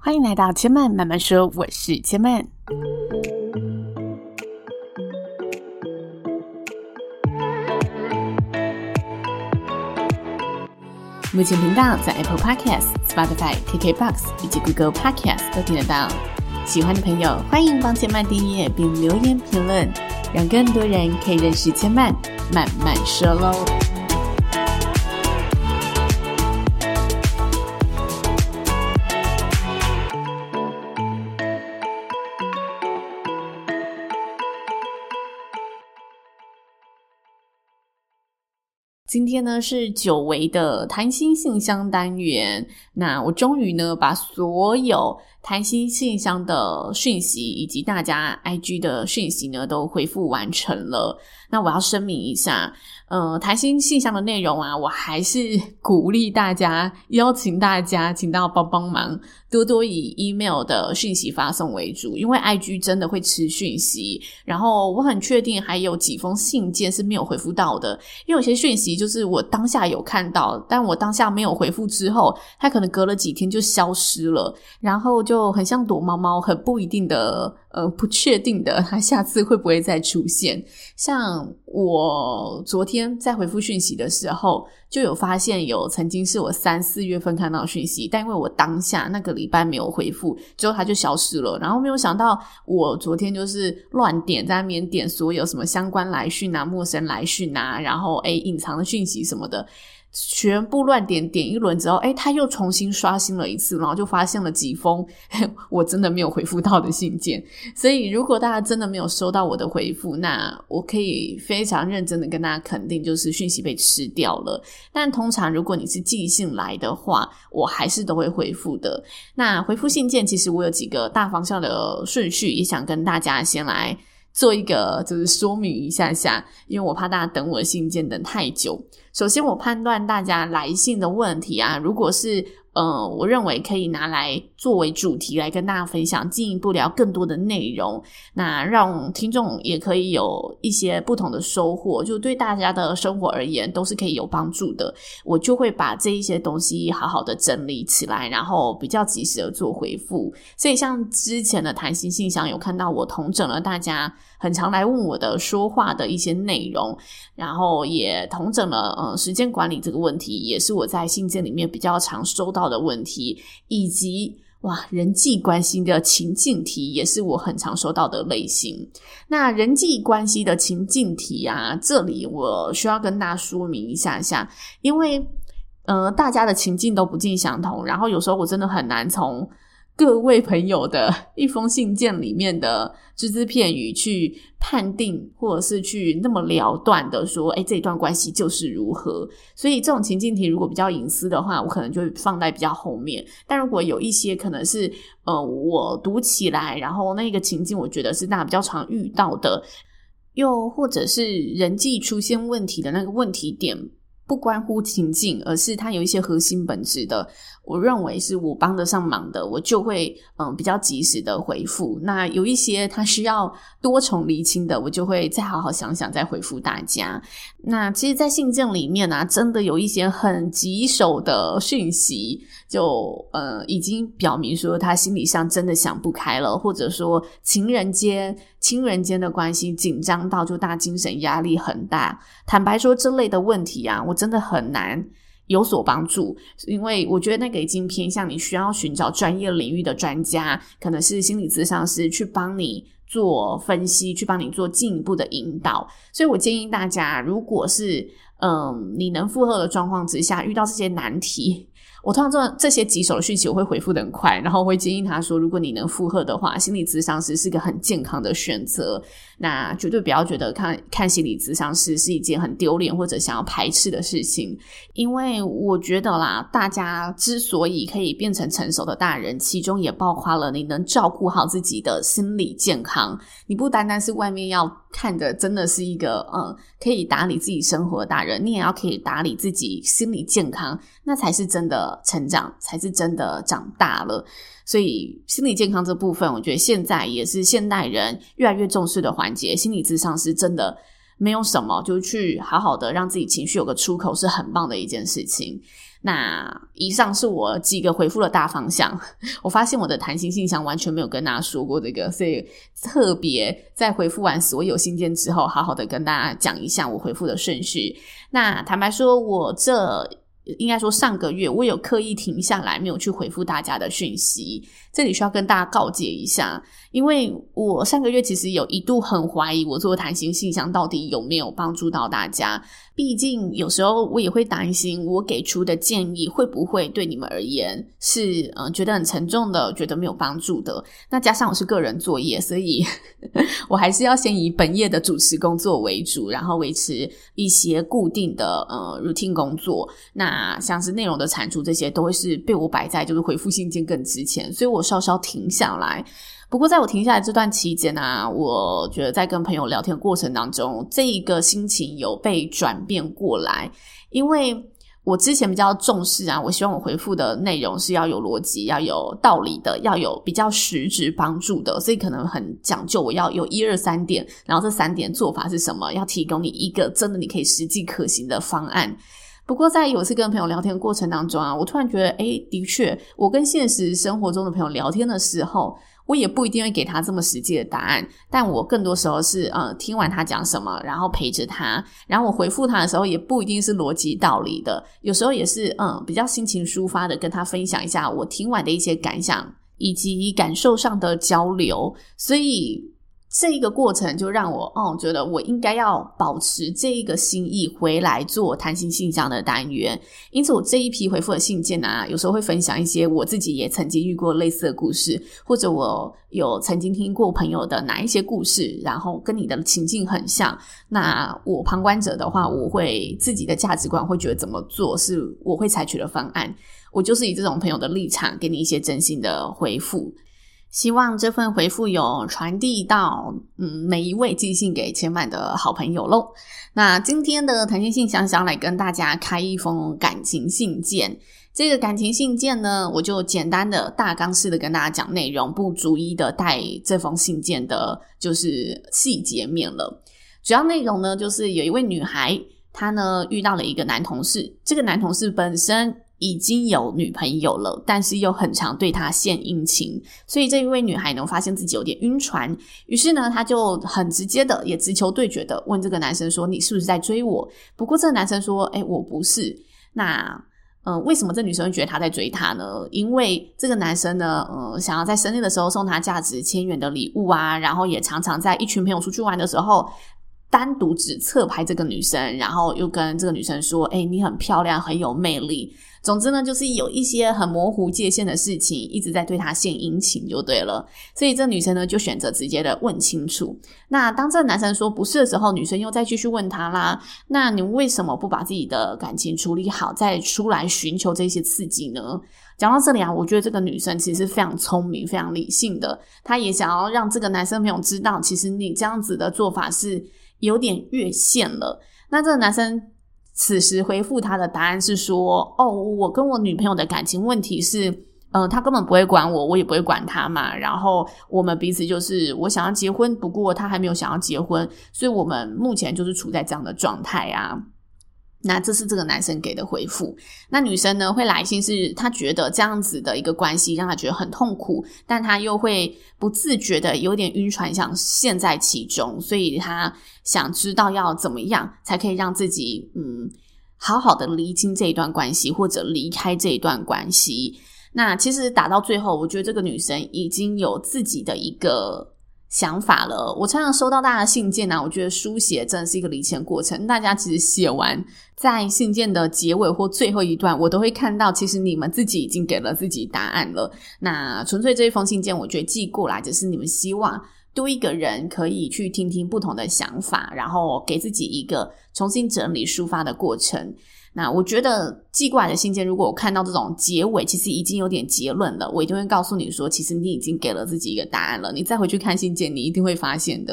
欢迎来到千曼慢慢说，我是千曼。目前频道在 Apple Podcast、Spotify、KKBOX 以及 Google Podcast 都听得到。喜欢的朋友欢迎帮千曼订阅并留言评论，让更多人可以认识千曼慢慢说咯。今天呢是久违的谈心信箱单元，那我终于呢把所有谈心信箱的讯息以及大家 IG 的讯息呢都回复完成了。那我要声明一下，谈心信箱的内容啊，我还是鼓励大家，邀请大家请到帮忙，多多以 email 的讯息发送为主，因为 IG 真的会吃讯息，然后我很确定还有几封信件是没有回复到的，因为有些讯息就是我当下有看到，但我当下没有回复之后，它可能隔了几天就消失了，然后就很像躲猫猫，很不一定的不确定的它下次会不会再出现。像我昨天在回复讯息的时候就有发现有曾经是我3、4月份看到讯息，但因为我当下那个礼拜没有回复，之后它就消失了，然后没有想到我昨天就是乱点，在那边点所有什么相关来讯啊、陌生来讯啊，然后隐藏的讯息什么的，全部乱点一轮之后，他又重新刷新了一次，然后就发现了几封我真的没有回复到的信件。所以如果大家真的没有收到我的回复，那我可以非常认真的跟大家肯定，就是讯息被吃掉了。但通常如果你是寄信来的话，我还是都会回复的。那回复信件其实我有几个大方向的顺序，也想跟大家先来做一个就是说明一下，因为我怕大家等我的信件等太久。首先我判断大家来信的问题啊，如果是我认为可以拿来作为主题来跟大家分享，进一步聊更多的内容，那让听众也可以有一些不同的收获，就对大家的生活而言都是可以有帮助的，我就会把这一些东西好好的整理起来，然后比较及时的做回复。所以像之前的谈心信箱有看到我统整了大家很常来问我的说话的一些内容，然后也统整了时间管理这个问题，也是我在信件里面比较常收到的问题，以及人际关系的情境题也是我很常收到的类型。那人际关系的情境题啊，这里我需要跟大家说明一下，因为大家的情境都不尽相同，然后有时候我真的很难从各位朋友的一封信件里面的只字片语去判定，或者是去那么了断的说这一段关系就是如何。所以这种情境题如果比较隐私的话，我可能就会放在比较后面，但如果有一些可能是我读起来，然后那个情境我觉得是大家比较常遇到的，又或者是人际出现问题的那个问题点不关乎情境，而是它有一些核心本质的，我认为是我帮得上忙的，我就会比较及时的回复。那有一些它需要多重厘清的，我就会再好好想想再回复大家。那其实在信件里面啊，真的有一些很棘手的讯息，就已经表明说他心理上真的想不开了，或者说亲人间的关系紧张到就大家精神压力很大。坦白说这类的问题啊，我真的很难有所帮助，因为我觉得那个已经偏向你需要寻找专业领域的专家，可能是心理咨商师去帮你做分析，去帮你做进一步的引导。所以我建议大家，如果是你能负荷的状况之下，遇到这些难题，我通常这些棘手的讯息我会回复得很快，然后我会建议他说，如果你能负荷的话，心理咨商师是个很健康的选择，那绝对不要觉得看心理咨商师是一件很丢脸或者想要排斥的事情。因为我觉得啦，大家之所以可以变成成熟的大人，其中也包括了你能照顾好自己的心理健康，你不单单是外面要看的真的是一个可以打理自己生活的大人，你也要可以打理自己心理健康，那才是真的成长，才是真的长大了。所以心理健康这部分，我觉得现在也是现代人越来越重视的环节，心理咨商师真的没有什么，就去好好的让自己情绪有个出口是很棒的一件事情。那以上是我几个回复的大方向，我发现我的谈心信箱完全没有跟大家说过这个，所以特别在回复完所有信件之后，好好的跟大家讲一下我回复的顺序。那坦白说，我应该说上个月我有刻意停下来没有去回复大家的讯息，这里需要跟大家告诫一下，因为我上个月其实有一度很怀疑我做谈心信箱到底有没有帮助到大家，毕竟有时候我也会担心我给出的建议会不会对你们而言是觉得很沉重的，觉得没有帮助的。那加上我是个人作业，所以我还是要先以本业的主持工作为主，然后维持一些固定的routine 工作。那像是内容的产出这些都会是被我摆在就是回复信件更之前，所以我稍稍停下来。不过在我停下来这段期间啊，我觉得在跟朋友聊天的过程当中，这一个心情有被转变过来。因为我之前比较重视啊，我希望我回复的内容是要有逻辑，要有道理的，要有比较实质帮助的，所以可能很讲究我要有1、2、3点，然后这3点做法是什么，要提供你一个真的你可以实际可行的方案。不过在有一次跟朋友聊天的过程当中啊，我突然觉得的确我跟现实生活中的朋友聊天的时候，我也不一定会给他这么实际的答案，但我更多时候是听完他讲什么，然后陪着他，然后我回复他的时候也不一定是逻辑道理的，有时候也是比较心情抒发的跟他分享一下我听完的一些感想以及感受上的交流。所以这一个过程就让我觉得我应该要保持这一个心意回来做谈心信箱的单元。因此我这一批回复的信件啊，有时候会分享一些我自己也曾经遇过类似的故事，或者我有曾经听过朋友的哪一些故事，然后跟你的情境很像，那我旁观者的话，我会自己的价值观会觉得怎么做是我会采取的方案，我就是以这种朋友的立场给你一些真心的回复。希望这份回复有传递到每一位寄信给千万的好朋友咯。那今天的谈心信箱想来跟大家开一封感情信件。这个感情信件呢，我就简单的大纲式的跟大家讲内容，不逐一的带这封信件的就是细节面了。主要内容呢，就是有一位女孩，她呢遇到了一个男同事，这个男同事本身已经有女朋友了，但是又很常对她献殷勤，所以这一位女孩呢发现自己有点晕船，于是呢她就很直接的也直球对决的问这个男生说，你是不是在追我？不过这个男生说我不是。那为什么这女生会觉得他在追她呢？因为这个男生呢想要在生日的时候送她价值1000元的礼物啊，然后也常常在一群朋友出去玩的时候单独只侧拍这个女生，然后又跟这个女生说你很漂亮，很有魅力。总之呢，就是有一些很模糊界限的事情一直在对她献殷勤就对了。所以这女生呢就选择直接的问清楚。那当这个男生说不是的时候，女生又再继续问他啦，那你为什么不把自己的感情处理好再出来寻求这些刺激呢？讲到这里啊，我觉得这个女生其实非常聪明非常理性的，她也想要让这个男生朋友知道，其实你这样子的做法是有点越线了。那这个男生此时回复他的答案是说，我跟我女朋友的感情问题是他根本不会管我，我也不会管他嘛，然后我们彼此就是我想要结婚，不过他还没有想要结婚，所以我们目前就是处在这样的状态啊。那这是这个男生给的回复。那女生呢会来信是她觉得这样子的一个关系让她觉得很痛苦，但她又会不自觉的有点晕船想陷在其中，所以她想知道要怎么样才可以让自己好好的厘清这一段关系，或者离开这一段关系。那其实打到最后，我觉得这个女生已经有自己的一个想法了。我常常收到大家的信件啊，我觉得书写真的是一个理清过程。大家其实写完，在信件的结尾或最后一段，我都会看到其实你们自己已经给了自己答案了。那纯粹这一封信件我觉得寄过来只是你们希望多一个人可以去听听不同的想法，然后给自己一个重新整理抒发的过程。那我觉得寄过来的信件，如果我看到这种结尾其实已经有点结论了，我一定会告诉你说其实你已经给了自己一个答案了，你再回去看信件你一定会发现的。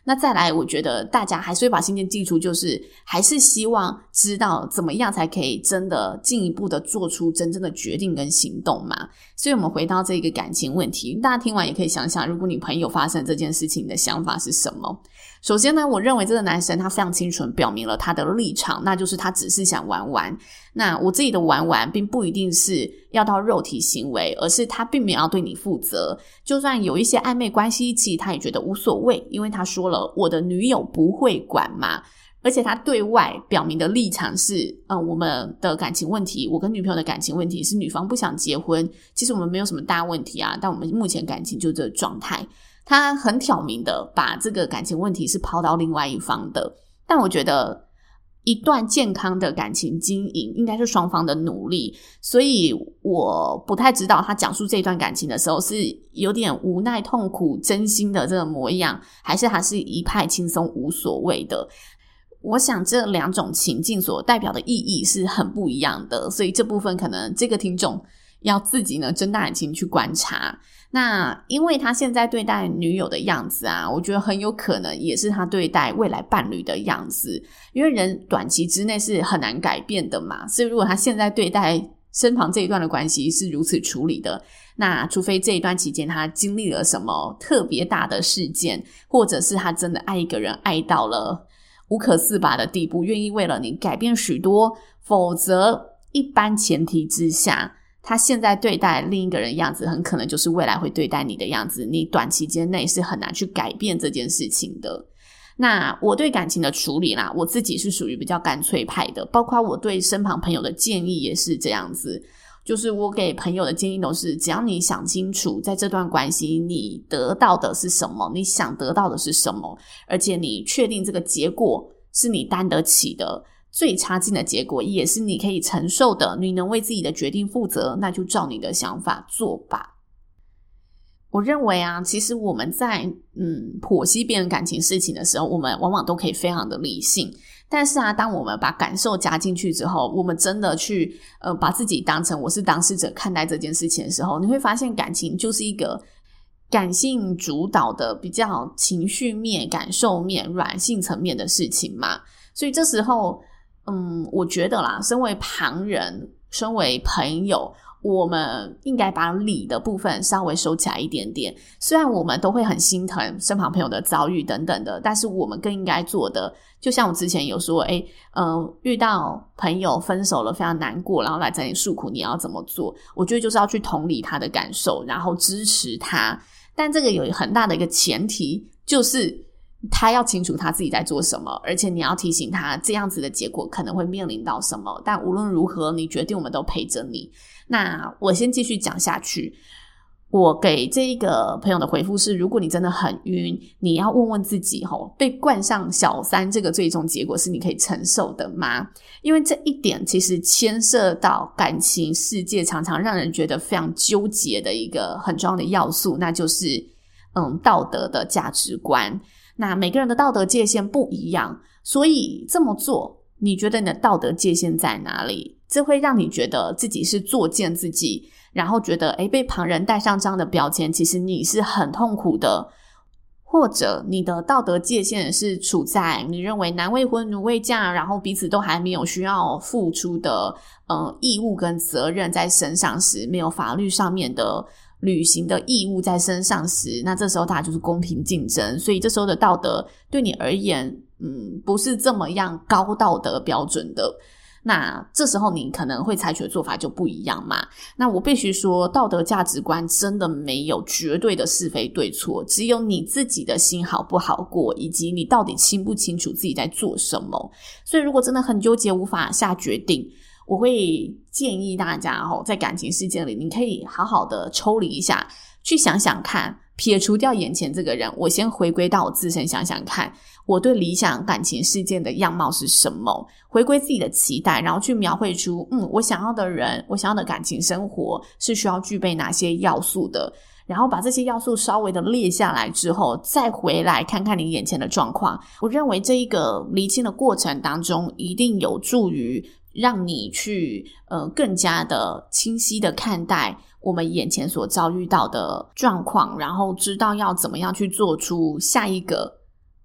那再来我觉得大家还是会把信件寄出，就是还是希望知道怎么样才可以真的进一步的做出真正的决定跟行动嘛。所以我们回到这个感情问题，大家听完也可以想想，如果你朋友发生这件事情，你的想法是什么。首先呢，我认为这个男生他非常清楚表明了他的立场，那就是他只是想玩玩。那我自己的玩玩并不一定是要到肉体行为，而是他并没有要对你负责，就算有一些暧昧关系，其实他也觉得无所谓，因为他说了我的女友不会管嘛。而且他对外表明的立场是我们的感情问题，我跟女朋友的感情问题是女方不想结婚，其实我们没有什么大问题啊，但我们目前感情就这个状态。他很挑明的把这个感情问题是抛到另外一方的，但我觉得一段健康的感情经营应该是双方的努力，所以我不太知道他讲述这一段感情的时候是有点无奈痛苦真心的这个模样，还是他是一派轻松无所谓的。我想这两种情境所代表的意义是很不一样的，所以这部分可能这个听众要自己呢睁大眼睛去观察。那因为他现在对待女友的样子啊，我觉得很有可能也是他对待未来伴侣的样子，因为人短期之内是很难改变的嘛，所以如果他现在对待身旁这一段的关系是如此处理的，那除非这一段期间他经历了什么特别大的事件，或者是他真的爱一个人爱到了无可自拔的地步，愿意为了你改变许多，否则一般前提之下，他现在对待另一个人的样子很可能就是未来会对待你的样子，你短期间内是很难去改变这件事情的。那我对感情的处理啦，我自己是属于比较干脆派的，包括我对身旁朋友的建议也是这样子，就是我给朋友的建议都是只要你想清楚在这段关系你得到的是什么，你想得到的是什么，而且你确定这个结果是你担得起的，最差劲的结果也是你可以承受的，你能为自己的决定负责，那就照你的想法做吧。我认为啊，其实我们在剖析别人感情事情的时候，我们往往都可以非常的理性，但是啊，当我们把感受加进去之后，我们真的去把自己当成我是当事者看待这件事情的时候，你会发现感情就是一个感性主导的比较情绪面、感受面、软性层面的事情嘛。所以这时候我觉得啦，身为旁人，身为朋友，我们应该把理的部分稍微收起来一点点。虽然我们都会很心疼身旁朋友的遭遇等等的，但是我们更应该做的，就像我之前有说遇到朋友分手了非常难过，然后来找你诉苦，你要怎么做？我觉得就是要去同理他的感受，然后支持他。但这个有很大的一个前提，就是他要清楚他自己在做什么，而且你要提醒他这样子的结果可能会面临到什么，但无论如何你决定我们都陪着你。那我先继续讲下去。我给这一个朋友的回复是，如果你真的很晕，你要问问自己被冠上小三这个最终结果是你可以承受的吗？因为这一点其实牵涉到感情世界常常让人觉得非常纠结的一个很重要的要素，那就是道德的价值观。那每个人的道德界限不一样，所以这么做，你觉得你的道德界限在哪里？这会让你觉得自己是作践自己，然后觉得被旁人带上这样的标签，其实你是很痛苦的。或者你的道德界限是处在你认为男未婚女未嫁，然后彼此都还没有需要付出的义务跟责任在身上时，没有法律上面的履行的义务在身上时，那这时候大家就是公平竞争，所以这时候的道德对你而言不是这么样高道德标准的。那这时候你可能会采取的做法就不一样嘛。那我必须说，道德价值观真的没有绝对的是非对错，只有你自己的心好不好过，以及你到底清不清楚自己在做什么。所以如果真的很纠结无法下决定，我会建议大家在感情事件里，你可以好好的抽离一下，去想想看，撇除掉眼前这个人，我先回归到我自身想想看，我对理想感情事件的样貌是什么，回归自己的期待，然后去描绘出我想要的人，我想要的感情生活是需要具备哪些要素的，然后把这些要素稍微的列下来之后，再回来看看你眼前的状况。我认为这一个厘清的过程当中，一定有助于让你去更加的清晰的看待我们眼前所遭遇到的状况，然后知道要怎么样去做出下一个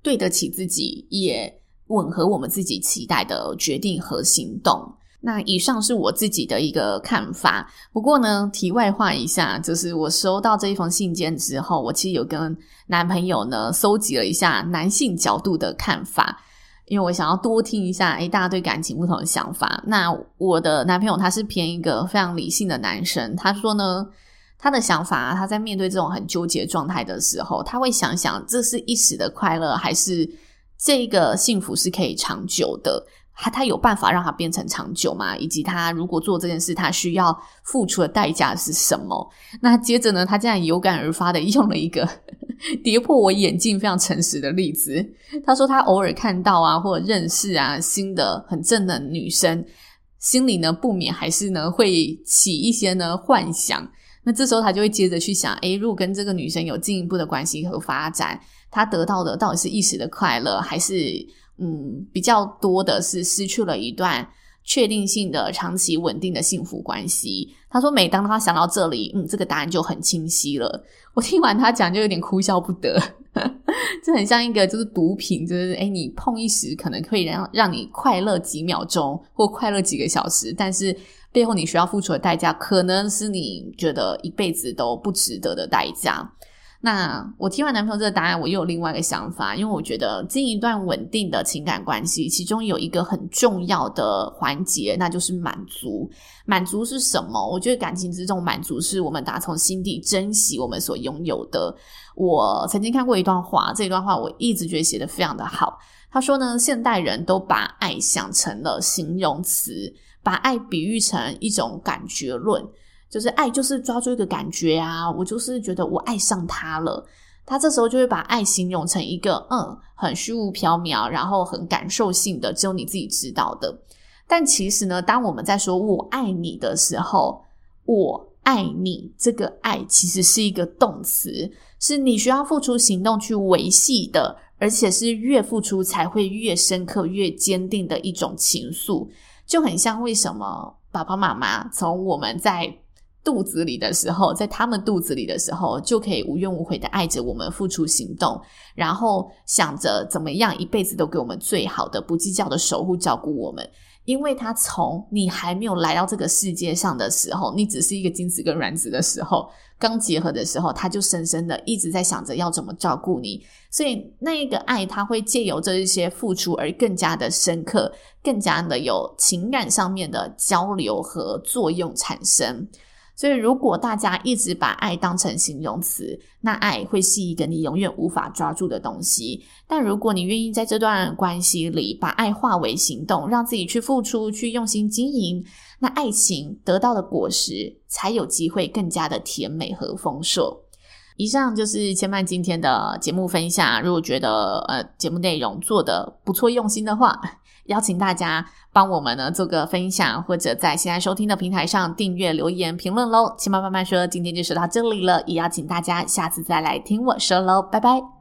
对得起自己，也吻合我们自己期待的决定和行动。那以上是我自己的一个看法。不过呢，题外话一下，就是我收到这一封信件之后，我其实有跟男朋友呢搜集了一下男性角度的看法，因为我想要多听一下大家对感情不同的想法。那我的男朋友他是偏一个非常理性的男生，他说呢，他的想法他在面对这种很纠结状态的时候，他会想想这是一时的快乐，还是这个幸福是可以长久的，他有办法让它变成长久吗？以及他如果做这件事，他需要付出的代价是什么？那接着呢，他竟然有感而发的用了一个跌破我眼镜非常诚实的例子。他说他偶尔看到啊，或者认识啊新的很正的女生，心里呢不免还是呢会起一些呢幻想。那这时候他就会接着去想，如果跟这个女生有进一步的关系和发展，他得到的到底是一时的快乐，还是比较多的是失去了一段确定性的长期稳定的幸福关系。他说每当他想到这里，这个答案就很清晰了。我听完他讲就有点哭笑不得这很像一个就是毒品，就是你碰一时可能会让你快乐几秒钟或快乐几个小时，但是背后你需要付出的代价可能是你觉得一辈子都不值得的代价。那我听完男朋友这个答案，我又有另外一个想法，因为我觉得经营一段稳定的情感关系，其中有一个很重要的环节，那就是满足。满足是什么？我觉得感情之中满足是我们打从心底珍惜我们所拥有的。我曾经看过一段话，这一段话我一直觉得写得非常的好。他说呢，现代人都把爱想成了形容词，把爱比喻成一种感觉论，就是爱就是抓住一个感觉啊，我就是觉得我爱上他了。他这时候就会把爱形容成一个很虚无缥缈，然后很感受性的，只有你自己知道的。但其实呢，当我们在说我爱你的时候，我爱你这个爱其实是一个动词，是你需要付出行动去维系的，而且是越付出才会越深刻越坚定的一种情愫。就很像为什么爸爸妈妈从我们在肚子里的时候，在他们肚子里的时候就可以无怨无悔的爱着我们，付出行动，然后想着怎么样一辈子都给我们最好的，不计较的守护照顾我们。因为他从你还没有来到这个世界上的时候，你只是一个精子跟卵子的时候，刚结合的时候，他就深深的一直在想着要怎么照顾你，所以那一个爱他会借由这一些付出而更加的深刻，更加的有情感上面的交流和作用产生。所以如果大家一直把爱当成形容词，那爱会是一个你永远无法抓住的东西。但如果你愿意在这段关系里把爱化为行动，让自己去付出，去用心经营，那爱情得到的果实才有机会更加的甜美和丰硕。以上就是千曼今天的节目分享。如果觉得节目内容做得不错用心的话，邀请大家帮我们呢做个分享，或者在现在收听的平台上订阅、留言、评论咯。千曼慢慢说今天就说到这里了，也邀请大家下次再来听我说咯，拜拜。